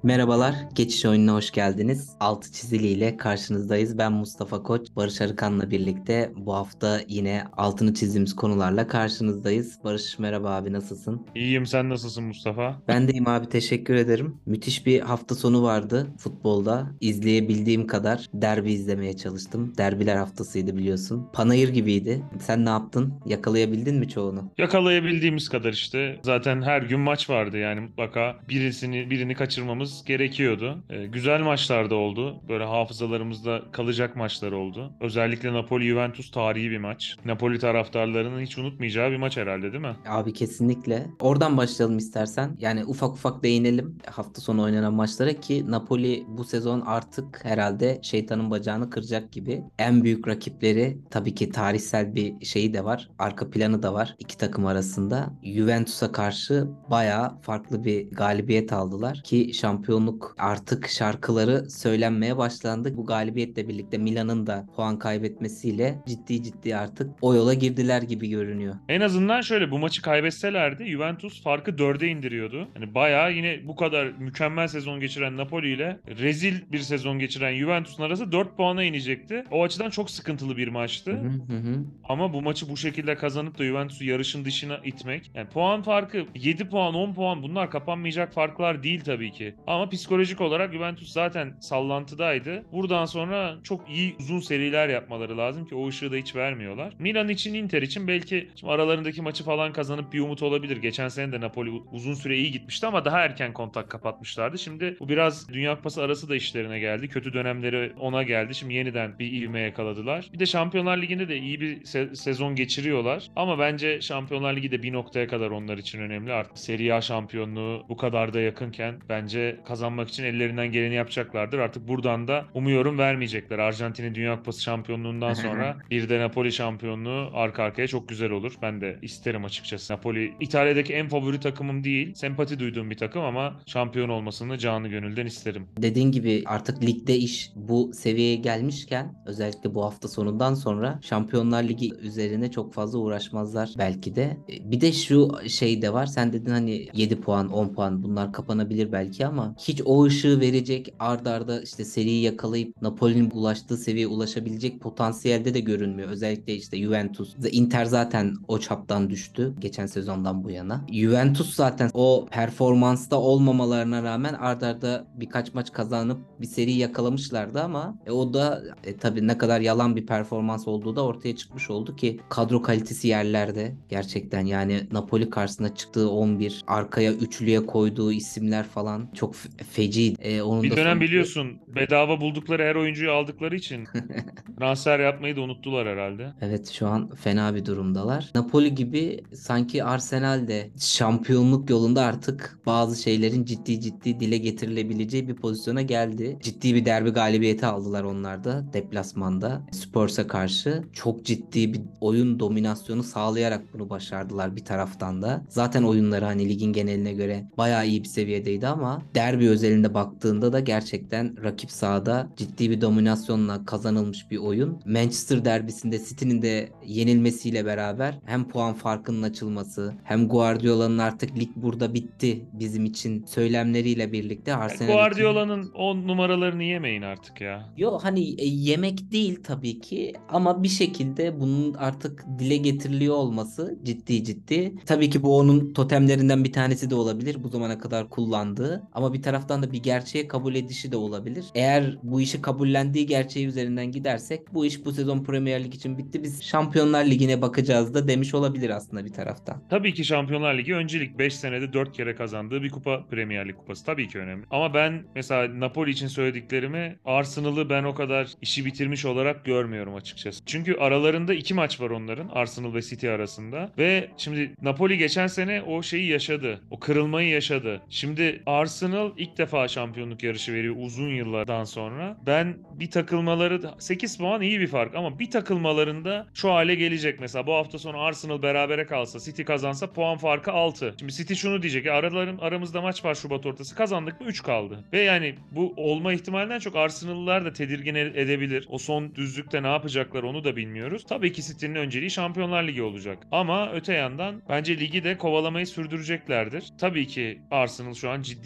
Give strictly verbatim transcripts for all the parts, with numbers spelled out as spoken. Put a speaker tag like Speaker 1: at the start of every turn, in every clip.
Speaker 1: Merhabalar, Geçiş Oyununa hoş geldiniz. Altı çizili ile karşınızdayız. Ben Mustafa Koç, Barış Arıkan'la birlikte bu hafta yine altını çizdiğimiz konularla karşınızdayız. Barış merhaba abi, nasılsın?
Speaker 2: İyiyim, sen nasılsın Mustafa?
Speaker 1: Ben deyim abi, teşekkür ederim. Müthiş bir hafta sonu vardı futbolda. İzleyebildiğim kadar derbi izlemeye çalıştım. Derbiler haftasıydı biliyorsun. Panayır gibiydi. Sen ne yaptın? Yakalayabildin mi çoğunu?
Speaker 2: Yakalayabildiğimiz kadar işte. Zaten her gün maç vardı, yani mutlaka birisini birini kaçırmamız gerekiyordu. Ee, güzel maçlar da oldu. Böyle hafızalarımızda kalacak maçlar oldu. Özellikle Napoli-Juventus tarihi bir maç. Napoli taraftarlarının hiç unutmayacağı bir maç herhalde, değil mi?
Speaker 1: Abi kesinlikle. Oradan başlayalım istersen. Yani ufak ufak değinelim hafta sonu oynanan maçlara ki Napoli bu sezon artık herhalde şeytanın bacağını kıracak gibi. En büyük rakipleri tabii ki tarihsel bir şeyi de var. Arka planı da var iki takım arasında. Juventus'a karşı bayağı farklı bir galibiyet aldılar ki şampiyonluk artık şarkıları söylenmeye başlandı. Bu galibiyetle birlikte Milan'ın da puan kaybetmesiyle ciddi ciddi artık o yola girdiler gibi görünüyor.
Speaker 2: En azından şöyle, bu maçı kaybetselerdi Juventus farkı dörde indiriyordu. Hani bayağı yine bu kadar mükemmel sezon geçiren Napoli ile rezil bir sezon geçiren Juventus'un arası dört puana inecekti. O açıdan çok sıkıntılı bir
Speaker 1: Hı
Speaker 2: maçtı.
Speaker 1: hı hı. Hı.
Speaker 2: Ama bu maçı bu şekilde kazanıp da Juventus'u yarışın dışına itmek. Yani puan farkı yedi puan, on puan, bunlar kapanmayacak farklar değil tabii ki. Ama psikolojik olarak Juventus zaten sallantıdaydı. Buradan sonra çok iyi uzun seriler yapmaları lazım ki o ışığı da hiç vermiyorlar. Milan için, Inter için belki şimdi aralarındaki maçı falan kazanıp bir umut olabilir. Geçen sene de Napoli uzun süre iyi gitmişti ama daha erken kontak kapatmışlardı. Şimdi bu biraz Dünya Kupası arası da işlerine geldi. Kötü dönemleri ona geldi. Şimdi yeniden bir ivme yakaladılar. Bir de Şampiyonlar Ligi'nde de iyi bir se- sezon geçiriyorlar. Ama bence Şampiyonlar Ligi de bir noktaya kadar onlar için önemli. Artık Serie A şampiyonluğu bu kadar da yakınken bence kazanmak için ellerinden geleni yapacaklardır. Artık buradan da umuyorum vermeyecekler. Arjantin'in Dünya Kupası şampiyonluğundan sonra bir de Napoli şampiyonluğu arka arkaya çok güzel olur. Ben de isterim açıkçası. Napoli İtalya'daki en favori takımım değil. Sempati duyduğum bir takım ama şampiyon olmasını canı gönülden isterim.
Speaker 1: Dediğin gibi artık ligde iş bu seviyeye gelmişken özellikle bu hafta sonundan sonra Şampiyonlar Ligi üzerine çok fazla uğraşmazlar belki de. E, Bir de şu şey de var. Sen dedin hani yedi puan, on puan bunlar kapanabilir belki ama hiç o ışığı verecek ard arda işte seriyi yakalayıp Napoli'nin ulaştığı seviyeye ulaşabilecek potansiyelde de görünmüyor. Özellikle işte Juventus. Inter zaten o çaptan düştü geçen sezondan bu yana. Juventus zaten o performansta olmamalarına rağmen ard arda birkaç maç kazanıp bir seri yakalamışlardı ama e, o da e, tabii ne kadar yalan bir performans olduğu da ortaya çıkmış oldu ki kadro kalitesi yerlerde gerçekten yani Napoli karşısına çıktığı on bir arkaya üçlüye koyduğu isimler falan çok fe- feci. E, onun
Speaker 2: Bir
Speaker 1: da
Speaker 2: dönem
Speaker 1: sonucu
Speaker 2: biliyorsun, bedava buldukları her oyuncuyu aldıkları için transfer yapmayı da unuttular herhalde.
Speaker 1: evet, şu an fena bir durumdalar. Napoli gibi sanki Arsenal de şampiyonluk yolunda artık bazı şeylerin ciddi ciddi dile getirilebileceği bir pozisyona geldi. Ciddi bir derbi galibiyeti aldılar onlar da deplasmanda. Spurs'a karşı çok ciddi bir oyun dominasyonu sağlayarak bunu başardılar bir taraftan da. Zaten oyunları hani ligin geneline göre bayağı iyi bir seviyedeydi ama derbi özelinde baktığında da gerçekten rakip sahada ciddi bir dominasyonla kazanılmış bir oyun. Manchester derbisinde City'nin de yenilmesiyle beraber hem puan farkının açılması hem Guardiola'nın artık lig burada bitti bizim için söylemleriyle birlikte
Speaker 2: Ya
Speaker 1: Arsenal için
Speaker 2: Guardiola'nın on numaralarını yemeyin artık ya.
Speaker 1: yo hani e, yemek değil tabii ki ama bir şekilde bunun artık dile getiriliyor olması ciddi ciddi. Tabii ki bu onun totemlerinden bir tanesi de olabilir bu zamana kadar kullandığı ama bir taraftan da bir gerçeği kabul edişi de olabilir. Eğer bu işi kabullendiği gerçeği üzerinden gidersek bu iş bu sezon Premier Lig için bitti. Biz Şampiyonlar Ligi'ne bakacağız da demiş olabilir aslında bir taraftan.
Speaker 2: Tabii ki Şampiyonlar Ligi öncelik, beş senede dört kere kazandığı bir kupa, Premier Lig kupası tabii ki önemli. Ama ben mesela Napoli için söylediklerimi, Arsenal'ı ben o kadar işi bitirmiş olarak görmüyorum açıkçası. Çünkü aralarında iki maç var onların, Arsenal ve City arasında. Ve şimdi Napoli geçen sene o şeyi yaşadı. O kırılmayı yaşadı. Şimdi Arsenal ilk defa şampiyonluk yarışı veriyor uzun yıllardan sonra. Ben bir takılmaları, sekiz puan iyi bir fark ama bir takılmalarında şu hale gelecek. Mesela bu hafta sonu Arsenal berabere kalsa, City kazansa puan farkı altı. Şimdi City şunu diyecek: "Ya aralarım, aramızda maç var Şubat ortası. Kazandık mı üç kaldı." Ve yani bu olma ihtimalinden çok Arsenal'lılar da tedirgin e- edebilir. O son düzlükte ne yapacaklar onu da bilmiyoruz. Tabii ki City'nin önceliği Şampiyonlar Ligi olacak. Ama öte yandan bence ligi de kovalamayı sürdüreceklerdir. Tabii ki Arsenal şu an ciddi bir avantaj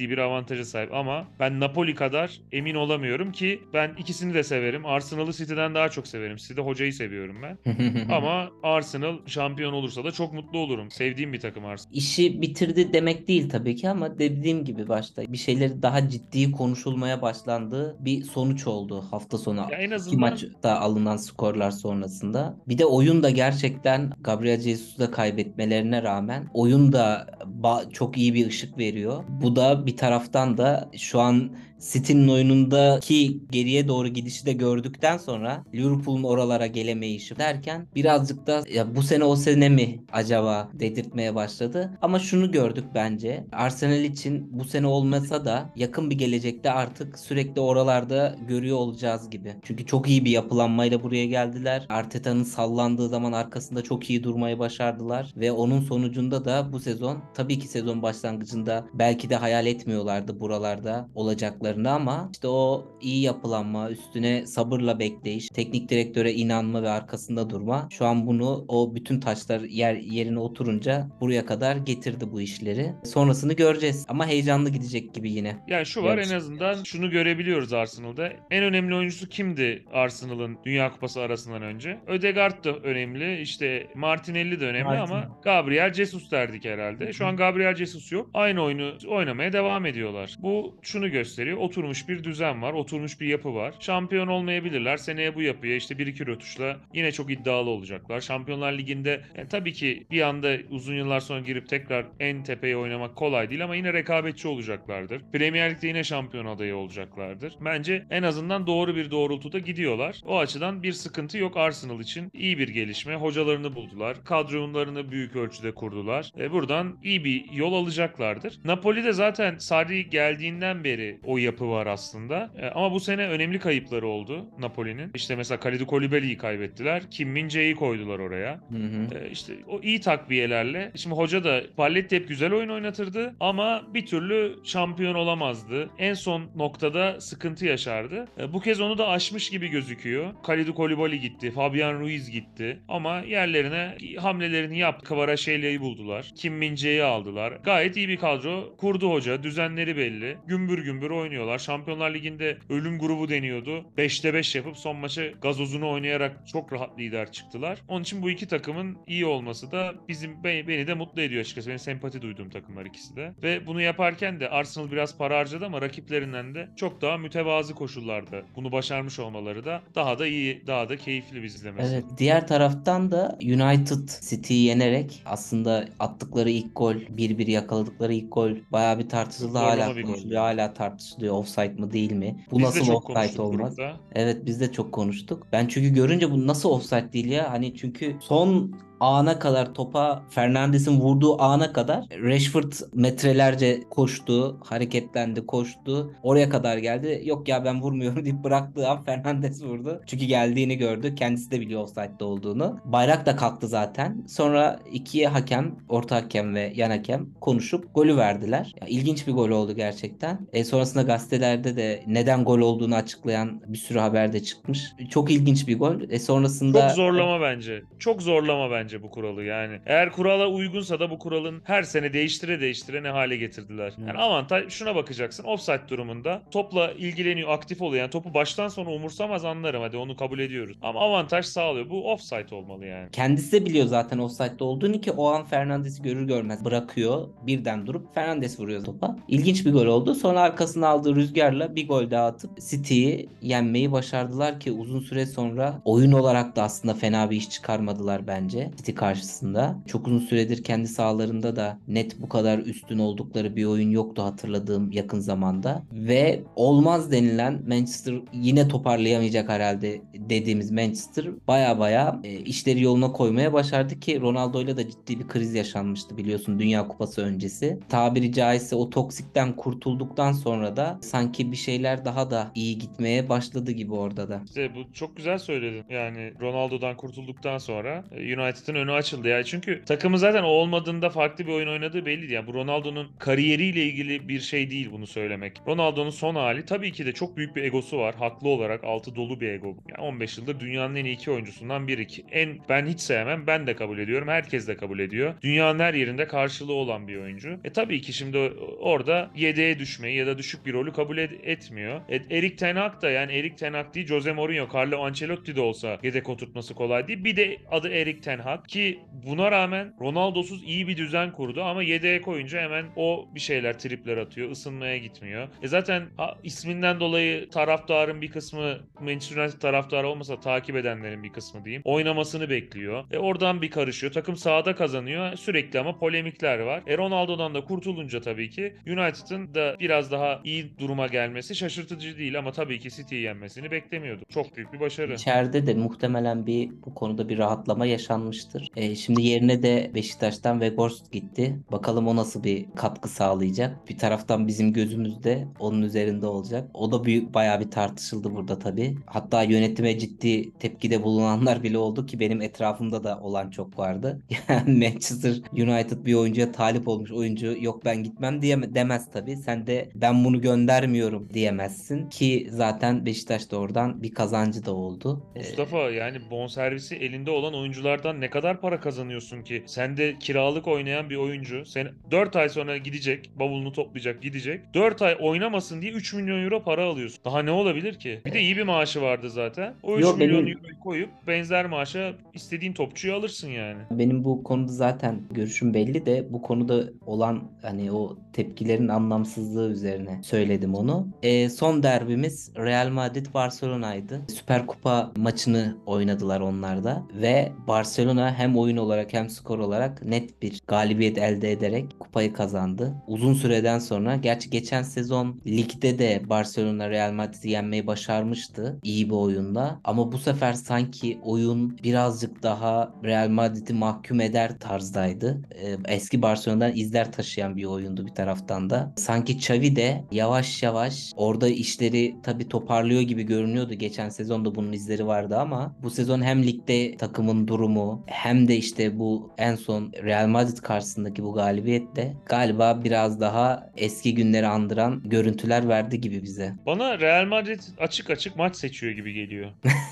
Speaker 2: avantaja sahip ama ben Napoli kadar emin olamıyorum ki ben ikisini de severim. Arsenal'ı City'den daha çok severim. City'de hocayı seviyorum ben. Ama Arsenal şampiyon olursa da çok mutlu olurum. Sevdiğim bir takım Arsenal.
Speaker 1: İşi bitirdi demek değil tabii ki ama dediğim gibi başta bir şeyleri daha ciddi konuşulmaya başlandığı bir sonuç oldu hafta sonu.
Speaker 2: Ya en
Speaker 1: İki
Speaker 2: azından
Speaker 1: maçta alınan skorlar sonrasında. Bir de oyun da gerçekten Gabriel Jesus'u da kaybetmelerine rağmen oyun da ba- çok iyi bir ışık veriyor. Bu da bir taraftan da şu an City'nin oyunundaki geriye doğru gidişi de gördükten sonra Liverpool'un oralara gelemeyişi derken birazcık da ya bu sene o sene mi acaba dedirtmeye başladı. Ama şunu gördük bence. Arsenal için bu sene olmasa da yakın bir gelecekte artık sürekli oralarda görüyor olacağız gibi. Çünkü çok iyi bir yapılanmayla buraya geldiler. Arteta'nın sallandığı zaman arkasında çok iyi durmayı başardılar ve onun sonucunda da bu sezon tabii ki sezon başlangıcında belki de hayal etmiyorlardı buralarda olacaklarını ama işte o iyi yapılanma, üstüne sabırla bekleyiş, teknik direktöre inanma ve arkasında durma. Şu an bunu o bütün taşlar yer yerine oturunca buraya kadar getirdi bu işleri. Sonrasını göreceğiz ama heyecanlı gidecek gibi yine.
Speaker 2: yani şu var, en
Speaker 1: Yarış.
Speaker 2: azından şunu görebiliyoruz Arsenal'da. En önemli oyuncusu kimdi Arsenal'ın Dünya Kupası arasından önce? Ødegaard da önemli, işte Martinelli de önemli
Speaker 1: Martin.
Speaker 2: ama Gabriel Jesus derdik herhalde. Şu an Gabriel Jesus yok. Aynı oyunu oynamaya devam ediyorlar. Bu şunu gösteriyor. Oturmuş bir düzen var, oturmuş bir yapı var. Şampiyon olmayabilirler. Seneye bu yapıya işte bir iki rötuşla yine çok iddialı olacaklar. Şampiyonlar Ligi'nde yani tabii ki bir anda uzun yıllar sonra girip tekrar en tepeye oynamak kolay değil ama yine rekabetçi olacaklardır. Premier Lig'de yine şampiyon adayı olacaklardır. Bence en azından doğru bir doğrultuda gidiyorlar. O açıdan bir sıkıntı yok Arsenal için. İyi bir gelişme. Hocalarını buldular. Kadrolarını büyük ölçüde kurdular. E buradan iyi bir yol alacaklardır. Napoli'de zaten Sarri geldiğinden beri o yapı var aslında. E, ama bu sene önemli kayıpları oldu Napoli'nin. İşte mesela Kalidou Koulibaly'yi kaybettiler. Kim Min-jae'yi koydular oraya.
Speaker 1: Hı hı.
Speaker 2: E, işte o iyi takviyelerle. Şimdi hoca da Spalletti hep güzel oyun oynatırdı ama bir türlü şampiyon olamazdı. En son noktada sıkıntı yaşardı. E, bu kez onu da aşmış gibi gözüküyor. Kalidou Koulibaly gitti, Fabian Ruiz gitti ama yerlerine hamlelerini yaptı. Kvaratskheლიa'yı buldular. Kim Min-jae'yi aldılar. Gayet iyi bir kadro kurdu hoca. Düzenleri belli. Gümbür gümbür oynuyorlar. Şampiyonlar Ligi'nde ölüm grubu deniyordu. beşte beş yapıp son maçı gazozunu oynayarak çok rahat lider çıktılar. Onun için bu iki takımın iyi olması da bizim beni de mutlu ediyor açıkçası. Benim sempati duyduğum takımlar ikisi de. Ve bunu yaparken de Arsenal biraz para harcadı ama rakiplerinden de çok daha mütevazı koşullarda bunu başarmış olmaları da daha da iyi, daha da keyifli bir izlemesi.
Speaker 1: Evet, diğer taraftan da United City'yi yenerek aslında attıkları ilk gol, bir bir yakaladıkları ilk gol bayağı bir tartışıldı, hala
Speaker 2: Zorlama bir
Speaker 1: konuşuluyor,
Speaker 2: goldü.
Speaker 1: hala tartışılıyor offside mı değil mi? Bu
Speaker 2: Biz de
Speaker 1: nasıl
Speaker 2: çok
Speaker 1: offside
Speaker 2: konuştuk
Speaker 1: olmaz?
Speaker 2: grupta.
Speaker 1: Evet, biz de çok konuştuk. Ben çünkü görünce bu nasıl offside değil ya? Hani çünkü son ana kadar topa Fernandes'in vurduğu ana kadar Rashford metrelerce koştu, hareketlendi, koştu. Oraya kadar geldi. Yok ya ben vurmuyorum deyip bıraktığı an Fernandes vurdu. Çünkü geldiğini gördü. Kendisi de biliyor offside'de olduğunu. Bayrak da kalktı zaten. Sonra iki hakem, orta hakem ve yan hakem konuşup golü verdiler. Ya, ilginç bir gol oldu gerçekten. E, sonrasında gazetelerde de neden gol olduğunu açıklayan bir sürü haber de çıkmış. Çok ilginç bir gol. E,
Speaker 2: Çok
Speaker 1: sonrasında
Speaker 2: zorlama bence. Çok zorlama bence bu kuralı yani. Eğer kurala uygunsa da bu kuralın her sene değiştire değiştire ne hale getirdiler. Yani avantaj şuna bakacaksın. Offside durumunda topla ilgileniyor, aktif oluyor. Yani topu baştan sona umursamaz anlarım. Hadi onu kabul ediyoruz. Ama avantaj sağlıyor. Bu offside olmalı yani.
Speaker 1: kendisi de biliyor zaten offside'de olduğunu ki o an Fernandes'i görür görmez bırakıyor. Birden durup Fernandes vuruyor topa. İlginç bir gol oldu. Sonra arkasına aldığı rüzgarla bir gol daha atıp City'yi yenmeyi başardılar ki uzun süre sonra oyun olarak da aslında fena bir iş çıkarmadılar bence City karşısında. Çok uzun süredir kendi sahalarında da net bu kadar üstün oldukları bir oyun yoktu hatırladığım yakın zamanda. Ve olmaz denilen Manchester yine toparlayamayacak herhalde dediğimiz Manchester baya baya e, işleri yoluna koymaya başardı ki Ronaldo'yla da ciddi bir kriz yaşanmıştı biliyorsun Dünya Kupası öncesi. Tabiri caizse o toksikten kurtulduktan sonra da sanki bir şeyler daha da iyi gitmeye başladı gibi orada da.
Speaker 2: İşte bu çok güzel söyledin. Yani Ronaldo'dan kurtulduktan sonra United United'ın önü açıldı ya. Çünkü takımı zaten o olmadığında farklı bir oyun oynadığı belliydi. Yani bu Ronaldo'nun kariyeriyle ilgili bir şey değil bunu söylemek. Ronaldo'nun son hali tabii ki de çok büyük bir egosu var. Haklı olarak altı dolu bir ego. Yani on beş yıldır dünyanın en iyi iki oyuncusundan biri ki. En ben hiç sevmem. Ben de kabul ediyorum. Herkes de kabul ediyor. Dünyanın her yerinde karşılığı olan bir oyuncu. E tabii ki şimdi orada yedeğe düşmeyi ya da düşük bir rolü kabul ed- etmiyor. E, Erik Ten Hag da yani Erik Ten Hag değil Jose Mourinho, Carlo Ancelotti de olsa yedek oturtması kolay değil. Bir de adı Erik Ten Hag ki buna rağmen Ronaldo'suz iyi bir düzen kurdu ama yedeğe koyunca hemen o bir şeyler tripler atıyor. Isınmaya gitmiyor. E zaten ha, isminden dolayı taraftarın bir kısmı Manchester United taraftarı olmasa takip edenlerin bir kısmı diyeyim. Oynamasını bekliyor. E oradan bir karışıyor. Takım sahada kazanıyor. Sürekli ama polemikler var. E Ronaldo'dan da kurtulunca tabii ki United'ın da biraz daha iyi duruma gelmesi şaşırtıcı değil ama tabii ki City'yi yenmesini beklemiyordum. Çok büyük bir başarı.
Speaker 1: İçeride de muhtemelen bir bu konuda bir rahatlama yaşanmıştır. E, şimdi yerine de Beşiktaş'tan Weghorst gitti. Bakalım o nasıl bir katkı sağlayacak. Bir taraftan bizim gözümüzde onun üzerinde olacak. O da büyük bayağı bir tartışıldı burada tabii. Hatta yönetime ciddi tepkide bulunanlar bile oldu ki benim etrafımda da olan çok vardı. Yani Manchester United bir oyuncuya talip olmuş oyuncu yok ben gitmem diye demez tabii. Sen de ben bunu göndermiyorum diyemezsin ki zaten Beşiktaş da oradan bir kazancı da oldu. Ee,
Speaker 2: Mustafa yani bonservisi elinde olan oyunculardan ne kadar para kazanıyorsun ki? Sen de kiralık oynayan bir oyuncu. Sen dört ay sonra gidecek, bavulunu toplayacak, gidecek. dört ay oynamasın diye üç milyon euro para alıyorsun. Daha ne olabilir ki? Bir de iyi bir maaşı vardı zaten. O üç
Speaker 1: Yo
Speaker 2: milyon
Speaker 1: benim
Speaker 2: euroyu koyup benzer maaşa istediğin topçuyu alırsın yani.
Speaker 1: benim bu konuda zaten görüşüm belli de bu konuda olan hani o tepkilerin anlamsızlığı üzerine söyledim onu. Ee, son derbimiz Real Madrid Barcelona'ydı. Süper Kupa maçını oynadılar onlar da ve Barcelona hem oyun olarak hem skor olarak net bir galibiyet elde ederek kupayı kazandı. Uzun süreden sonra gerçi geçen sezon ligde de Barcelona Real Madrid'i yenmeyi başarmıştı iyi bir oyunda ama bu sefer sanki oyun birazcık daha Real Madrid'i mahkum eder tarzdaydı. Ee, eski Barcelona'dan izler taşıyan bir oyundu bir taraftan da. Sanki Xavi de yavaş yavaş orada işleri tabii toparlıyor gibi görünüyordu. Geçen sezon da bunun izleri vardı ama bu sezon hem ligde takımın durumu hem de işte bu en son Real Madrid karşısındaki bu galibiyetle galiba biraz daha eski günleri andıran görüntüler verdi gibi bize.
Speaker 2: Bana Real Madrid açık açık maç seçiyor gibi geliyor.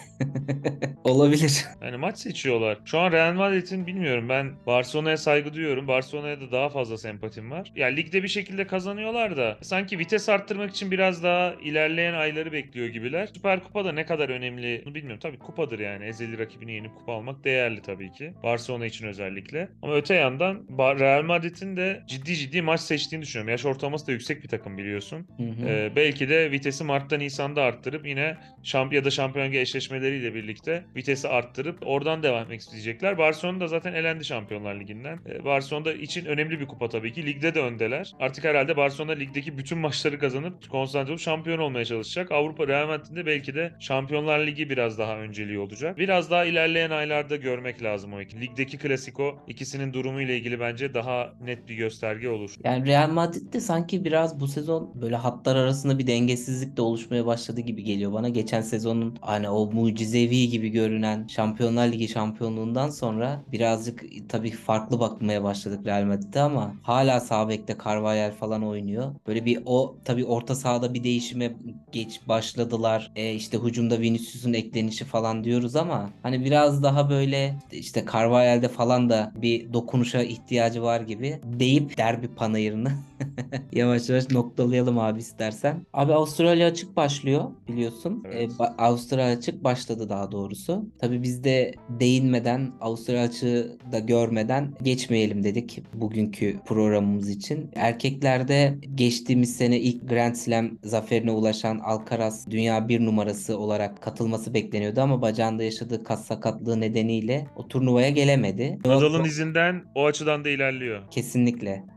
Speaker 1: Olabilir.
Speaker 2: Yani maç seçiyorlar. Şu an Real Madrid'in bilmiyorum ben Barcelona'ya saygı duyuyorum. Barcelona'ya da daha fazla sempatim var. Ya ligde bir şekilde kazanıyorlar da sanki vites arttırmak için biraz daha ilerleyen ayları bekliyor gibiler. Süper Kupa'da ne kadar önemli bunu bilmiyorum. Tabii kupadır yani. Ezeli rakibini yenip kupa almak değerli tabii ki. Barcelona için özellikle. Ama öte yandan Ba- Real Madrid'in de ciddi ciddi maç seçtiğini düşünüyorum. Yaş ortalaması da yüksek bir takım biliyorsun.
Speaker 1: Hı hı.
Speaker 2: Ee, belki de vitesi Mart'ta Nisan'da arttırıp yine şamp ya da Şampiyonlar Ligi eşleşmeleriyle birlikte vitesi arttırıp oradan devam etmek isteyecekler. Barcelona da zaten elendi Şampiyonlar Ligi'nden. Ee, Barcelona için önemli bir kupa tabii ki. Ligde de öndeler. Artık herhalde Barcelona ligdeki bütün maçları kazanıp konsantre olup şampiyon olmaya çalışacak. Avrupa Real Madrid'de belki de Şampiyonlar Ligi biraz daha önceliği olacak. Biraz daha ilerleyen aylarda görmek lazım o iki. Ligdeki Klasiko ikisinin durumu ile ilgili bence daha net bir gösterge olur.
Speaker 1: Yani Real Madrid'de sanki biraz bu sezon böyle hatlar arasında bir dengesizlik de oluşmaya başladı gibi geliyor bana. Geçen sezonun hani o mucizevi gibi görünen Şampiyonlar Ligi şampiyonluğundan sonra birazcık tabii farklı bakmaya başladık Real Madrid'de ama hala sağ bekte Carvajal falan oynuyor. Böyle bir o tabii orta sahada bir değişime geç başladılar. E işte hücumda Vinicius'un eklenişi falan diyoruz ama hani biraz daha böyle işte Carvajal'de falan da bir dokunuşa ihtiyacı var gibi deyip derbi panayırını yavaş yavaş noktalayalım abi istersen. Abi Avustralya açık başlıyor biliyorsun. Ee,
Speaker 2: Evet.
Speaker 1: ba- Avustralya açık başladı daha doğrusu. Tabii biz de değinmeden Avustralya açığı da görmeden geçmeyelim dedik bugünkü programımız için. Erkeklerde geçtiğimiz sene ilk Grand Slam zaferine ulaşan Alcaraz dünya bir numarası olarak katılması bekleniyordu ama bacağında yaşadığı kas sakatlığı nedeniyle o turnuvaya gelemedi. Novak
Speaker 2: Nadal'ın izinden o açıdan da ilerliyor.
Speaker 1: kesinlikle.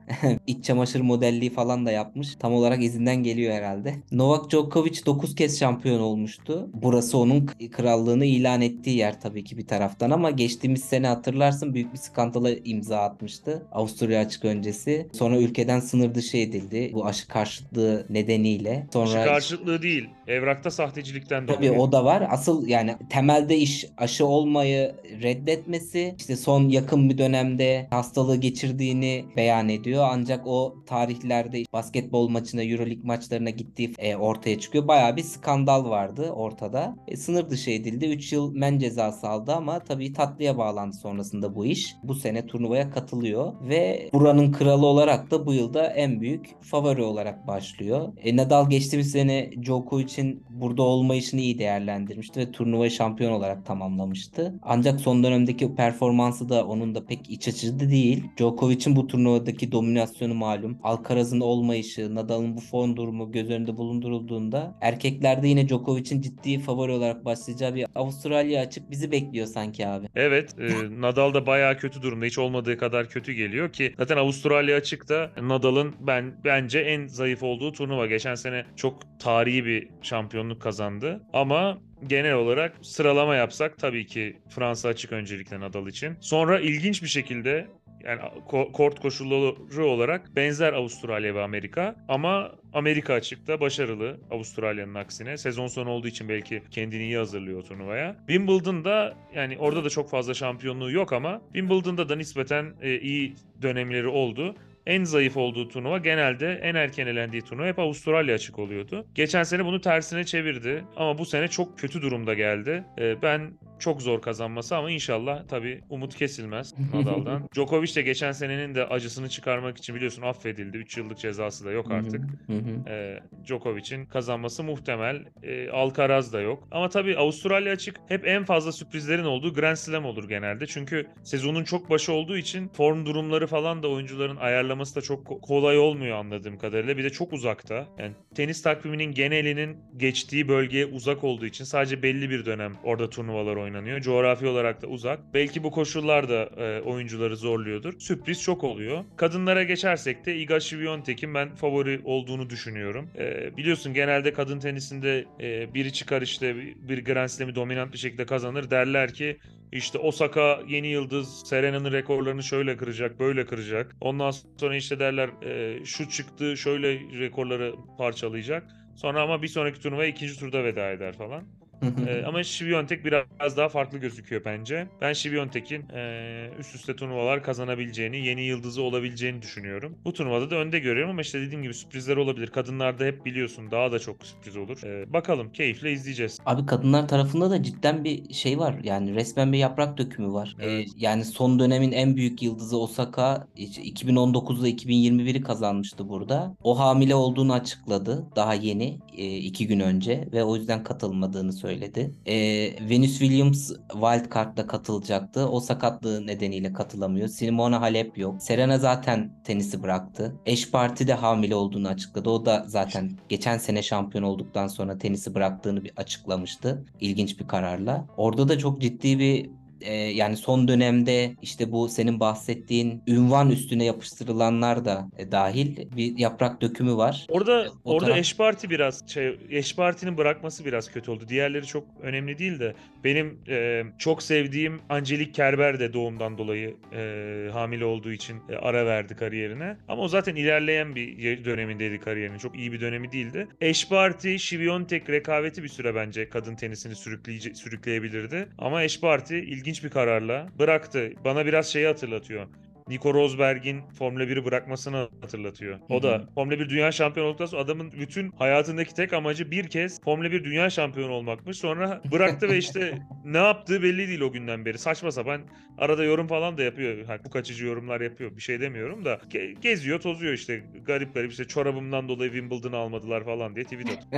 Speaker 1: İç çamaşır modelliği falan da yapmış. Tam olarak izinden geliyor herhalde. Novak Djokovic dokuz kez şampiyon olmuştu. Burası onun k- krallığını ilan ettiği yer tabii ki bir taraftan, ama geçtiğimiz sene hatırlarsın büyük bir skandala imza atmıştı. Avusturya açık öncesi. Sonra ülkeden sınır dışı edildi. Bu aşı karşıtlığı nedeniyle.
Speaker 2: Aşı
Speaker 1: Sonra
Speaker 2: karşıtlığı değil, evrakta sahtecilikten
Speaker 1: tabii
Speaker 2: dolayı.
Speaker 1: o da var. Asıl yani temelde iş aşı olmayı reddetmesi. İşte son yakın bir dönemde hastalığı geçirdiğini beyan ediyor. Ancak o tarihlerde basketbol maçına, Euroleague maçlarına gittiği e, ortaya çıkıyor. Bayağı bir skandal vardı ortada. E, sınır dışı edildi. üç yıl men cezası aldı, ama tabii tatlıya bağlandı sonrasında bu iş. Bu sene turnuvaya katılıyor ve buranın kralı olarak da bu yılda en büyük favori olarak başlıyor. E, Nadal geçtiğimiz sene Djokovic'in burada olma işini iyi değerlendirmişti ve turnuvayı şampiyon olarak tamamlamıştı. Ancak son dönemdeki performansı da onun da pek iç açıcı değil. Djokovic'in bu turnuvadaki dominasyonu malum. Alcaraz'ın olmayışı, Nadal'ın bu form durumu göz önünde bulundurulduğunda erkeklerde yine Djokovic'in ciddi favori olarak başlayacağı bir Avustralya açık bizi bekliyor sanki abi.
Speaker 2: Evet, e, Nadal da bayağı kötü durumda. Hiç olmadığı kadar kötü geliyor ki zaten Avustralya açıkta Nadal'ın ben bence en zayıf olduğu turnuva. Geçen sene çok tarihi bir şampiyonluk kazandı. Ama genel olarak sıralama yapsak tabii ki Fransa açık öncelikle Nadal için. Sonra ilginç bir şekilde yani ko- kort koşulları olarak benzer Avustralya ve Amerika, ama Amerika açıkta başarılı Avustralya'nın aksine. Sezon sonu olduğu için belki kendini iyi hazırlıyor turnuvaya. Wimbledon'da yani orada da çok fazla şampiyonluğu yok, ama Wimbledon'da da nispeten e, iyi dönemleri oldu. En zayıf olduğu turnuva, genelde en erken elendiği turnuva hep Avustralya açık oluyordu. Geçen sene bunu tersine çevirdi, ama bu sene çok kötü durumda geldi. E, ben çok zor kazanması, ama inşallah tabii umut kesilmez Nadal'dan. Djokovic de geçen senenin de acısını çıkarmak için biliyorsun affedildi. üç yıllık cezası da yok
Speaker 1: Hı hı,
Speaker 2: artık.
Speaker 1: hı hı.
Speaker 2: Ee, Djokovic'in kazanması muhtemel. Ee, Alcaraz da yok. Ama tabii Avustralya açık hep en fazla sürprizlerin olduğu Grand Slam olur genelde. Çünkü sezonun çok başı olduğu için form durumları falan da oyuncuların ayarlaması da çok ko- kolay olmuyor anladığım kadarıyla. Bir de çok uzakta. Yani tenis takviminin genelinin geçtiği bölgeye uzak olduğu için sadece belli bir dönem orada turnuvalar oynanıyor. Coğrafi olarak da uzak. Belki bu koşullar da e, oyuncuları zorluyordur. Sürpriz çok oluyor. Kadınlara geçersek de Iga Świątek'in ben favori olduğunu düşünüyorum. E, biliyorsun genelde kadın tenisinde e, biri çıkar işte bir Grand Slam'i dominant bir şekilde kazanır. Derler ki işte Osaka yeni yıldız, Serena'nın rekorlarını şöyle kıracak, böyle kıracak. Ondan sonra işte derler e, şu çıktı, şöyle rekorları parçalayacak. Sonra ama bir sonraki turnuvaya ikinci turda veda eder falan. Ee, ama Świątek biraz daha farklı gözüküyor bence. Ben Świątek'in e, üst üste turnuvalar kazanabileceğini, yeni yıldızı olabileceğini düşünüyorum. Bu turnuvada da önde görüyorum, ama işte dediğim gibi sürprizler olabilir. Kadınlarda hep biliyorsun daha da çok sürpriz olur. Ee, bakalım, keyifle izleyeceğiz.
Speaker 1: Abi kadınlar tarafında da cidden bir şey var. Yani resmen bir yaprak dökümü var. Ee,
Speaker 2: Evet.
Speaker 1: yani son dönemin en büyük yıldızı Osaka işte iki bin on dokuzda iki bin yirmi biri kazanmıştı burada. O hamile olduğunu açıkladı daha yeni e, iki gün önce ve o yüzden katılmadığını söyledi. Ee, Venus Williams wildcard'da katılacaktı. O sakatlığı nedeniyle katılamıyor. Simona Halep yok. Serena zaten tenisi bıraktı. Eş Parti de hamile olduğunu açıkladı. O da zaten geçen sene şampiyon olduktan sonra tenisi bıraktığını bir açıklamıştı. İlginç bir kararla. Orada da çok ciddi bir e, yani son dönemde işte bu senin bahsettiğin ünvan üstüne yapıştırılanlar da e, dahil bir yaprak dökümü var. E,
Speaker 2: Orada
Speaker 1: o
Speaker 2: orada
Speaker 1: taraf.
Speaker 2: eş parti biraz şey, eş partinin bırakması biraz kötü oldu. Diğerleri çok önemli değil de benim e, çok sevdiğim Angelique Kerber de doğumdan dolayı e, hamile olduğu için e, ara verdi kariyerine. Ama o zaten ilerleyen bir ye- dönemindeydi kariyerinin. Çok iyi bir dönemi değildi. Eş parti, Świątek rekabeti bir süre bence kadın tenisini sürükleyece- sürükleyebilirdi. Ama eş parti ilginç bir kararla bıraktı. Bana biraz şeyi hatırlatıyor. Nico Rosberg'in Formula biri bırakmasını hatırlatıyor.
Speaker 1: Hı
Speaker 2: O
Speaker 1: hı.
Speaker 2: da Formula bir dünya şampiyonu olduktan sonra adamın bütün hayatındaki tek amacı bir kez Formula bir dünya şampiyonu olmakmış. Sonra bıraktı ve işte ne yaptığı belli değil o günden beri. Saçma sapan arada yorum falan da yapıyor. Ha, bu kaçıcı yorumlar yapıyor. Bir şey demiyorum da ge- geziyor, tozuyor işte. Garip garip işte çorabımdan dolayı Wimbledon'ı almadılar falan diye tweet atıyor.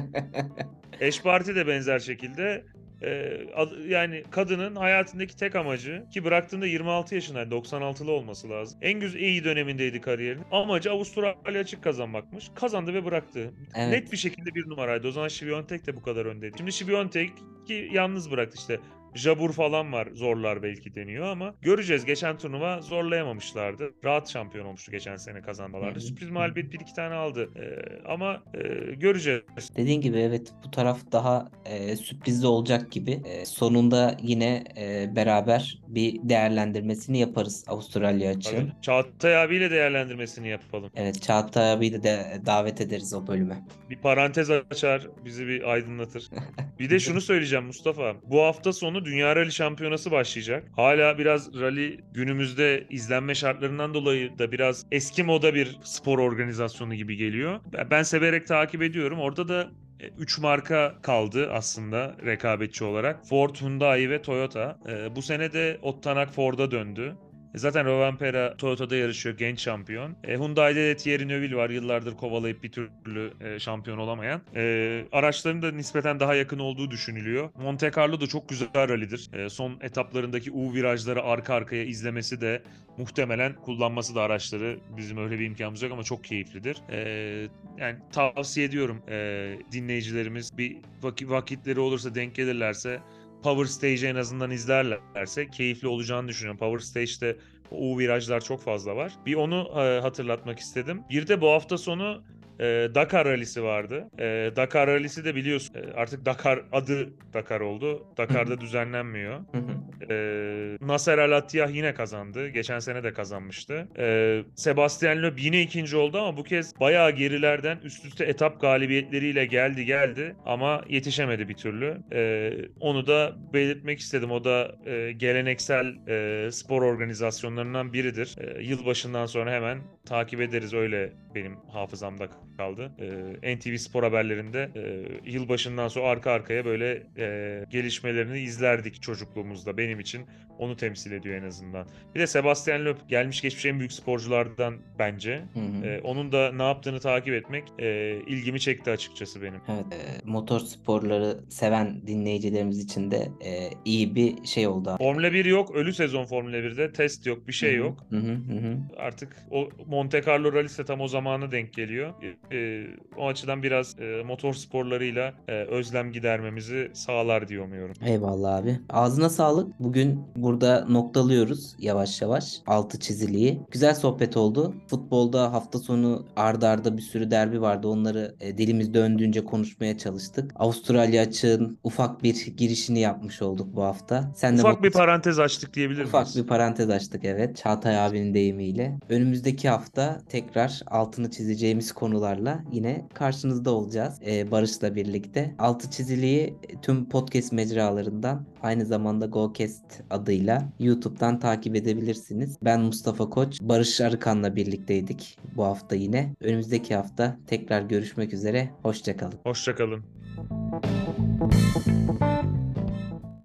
Speaker 2: Eş Parti de benzer şekilde e, ad- yani kadının hayatındaki tek amacı, ki bıraktığında yirmi altı yaşındaydı, doksan altılı olması lazım. En güzel iyi dönemindeydi kariyerin. Amacı Avustralya açık kazanmakmış. Kazandı ve bıraktı. Net
Speaker 1: Evet.
Speaker 2: bir şekilde bir numaraydı. O zaman Świątek de bu kadar öndeydi. Şimdi Świątek'i yalnız bıraktı işte. Jabur falan var, zorlar belki deniyor ama göreceğiz. Geçen turnuva zorlayamamışlardı. Rahat şampiyon olmuştu geçen sene kazanmalarda. Sürpriz mağlubiyet bir iki tane aldı. Ee, ama e, göreceğiz.
Speaker 1: Dediğin gibi evet, bu taraf daha e, sürprizli olacak gibi. E, sonunda yine e, beraber bir değerlendirmesini yaparız Avustralya
Speaker 2: Tabii.
Speaker 1: açığın.
Speaker 2: Çağatay abiyle değerlendirmesini yapalım.
Speaker 1: Evet, Çağatay abiyi de, de davet ederiz o bölüme.
Speaker 2: Bir parantez açar, bizi bir aydınlatır. Bir de şunu söyleyeceğim Mustafa. Bu hafta sonu Dünya Rally Şampiyonası başlayacak. Hala biraz rally günümüzde izlenme şartlarından dolayı da biraz eski moda bir spor organizasyonu gibi geliyor. Ben severek takip ediyorum. Orada da üç marka kaldı aslında rekabetçi olarak. Ford, Hyundai ve Toyota. Bu sene de Ottanak Ford'a döndü. Zaten Rovanpera Toyota'da yarışıyor, genç şampiyon. E, Hyundai'de de Thierry Neuville var, yıllardır kovalayıp bir türlü e, şampiyon olamayan. E, araçların da nispeten daha yakın olduğu düşünülüyor. Monte Carlo da çok güzel rallidir. E, son etaplarındaki U virajları arka arkaya izlemesi de muhtemelen kullanması da araçları, bizim öyle bir imkanımız yok ama çok keyiflidir. E, yani tavsiye ediyorum e, dinleyicilerimiz bir vak- vakitleri olursa, denk gelirlerse Power Stage'i en azından izlerlerse keyifli olacağını düşünüyorum. Power Stage'de U virajlar çok fazla var. Bir onu e, hatırlatmak istedim. Bir de bu hafta sonu e, Dakar Rally'si vardı. E, Dakar Rally'si de biliyorsun e, artık Dakar adı Dakar oldu. Dakar'da düzenlenmiyor. E, Nasser Al Attiyah yine kazandı. Geçen sene de kazanmıştı. E, Sebastian Loeb yine ikinci oldu ama bu kez bayağı gerilerden üst üste etap galibiyetleriyle geldi geldi ama yetişemedi bir türlü. E, onu da belirtmek istedim. O da e, geleneksel e, spor organizasyonlarından biridir. E, yılbaşından sonra hemen takip ederiz, öyle benim hafızamda kaldı. E, N T V Spor haberlerinde e, yılbaşından sonra arka arkaya böyle e, gelişmelerini izlerdik çocukluğumuzda. Benim için onu temsil ediyor en azından. Bir de Sebastian Loeb gelmiş geçmiş en büyük sporculardan bence.
Speaker 1: Hı hı.
Speaker 2: E, onun da ne yaptığını takip etmek e, ilgimi çekti açıkçası benim.
Speaker 1: Evet, e, motor sporları seven dinleyicilerimiz için de e, iyi bir şey oldu.
Speaker 2: Formula bir yok. Ölü sezon Formula birde. Test yok. Bir şey
Speaker 1: Hı hı,
Speaker 2: yok.
Speaker 1: hı hı, hı hı.
Speaker 2: Artık o Monte Carlo Rally'si de tam o zamana denk geliyor. E, o açıdan biraz e, motor sporlarıyla e, özlem gidermemizi sağlar diye umuyorum.
Speaker 1: Eyvallah abi. Ağzına sağlık. Bugün burada noktalıyoruz yavaş yavaş. Altı çiziliği. Güzel sohbet oldu. Futbolda hafta sonu arda arda bir sürü derbi vardı. Onları e, dilimiz döndüğünce konuşmaya çalıştık. Avustralya açığın ufak bir girişini yapmış olduk bu hafta. Sen de
Speaker 2: Ufak bir
Speaker 1: motor...
Speaker 2: parantez açtık diyebilir
Speaker 1: Ufak
Speaker 2: miyiz?
Speaker 1: bir parantez açtık, evet. Çağatay abinin deyimiyle. Önümüzdeki hafta tekrar altını çizeceğimiz konularla yine karşınızda olacağız. Ee, Barış'la birlikte. Altı çiziliği tüm podcast mecralarından, aynı zamanda GoCast adıyla YouTube'dan takip edebilirsiniz. Ben Mustafa Koç, Barış Arıkan'la birlikteydik bu hafta yine. Önümüzdeki hafta tekrar görüşmek üzere. Hoşça kalın.
Speaker 2: Hoşça kalın.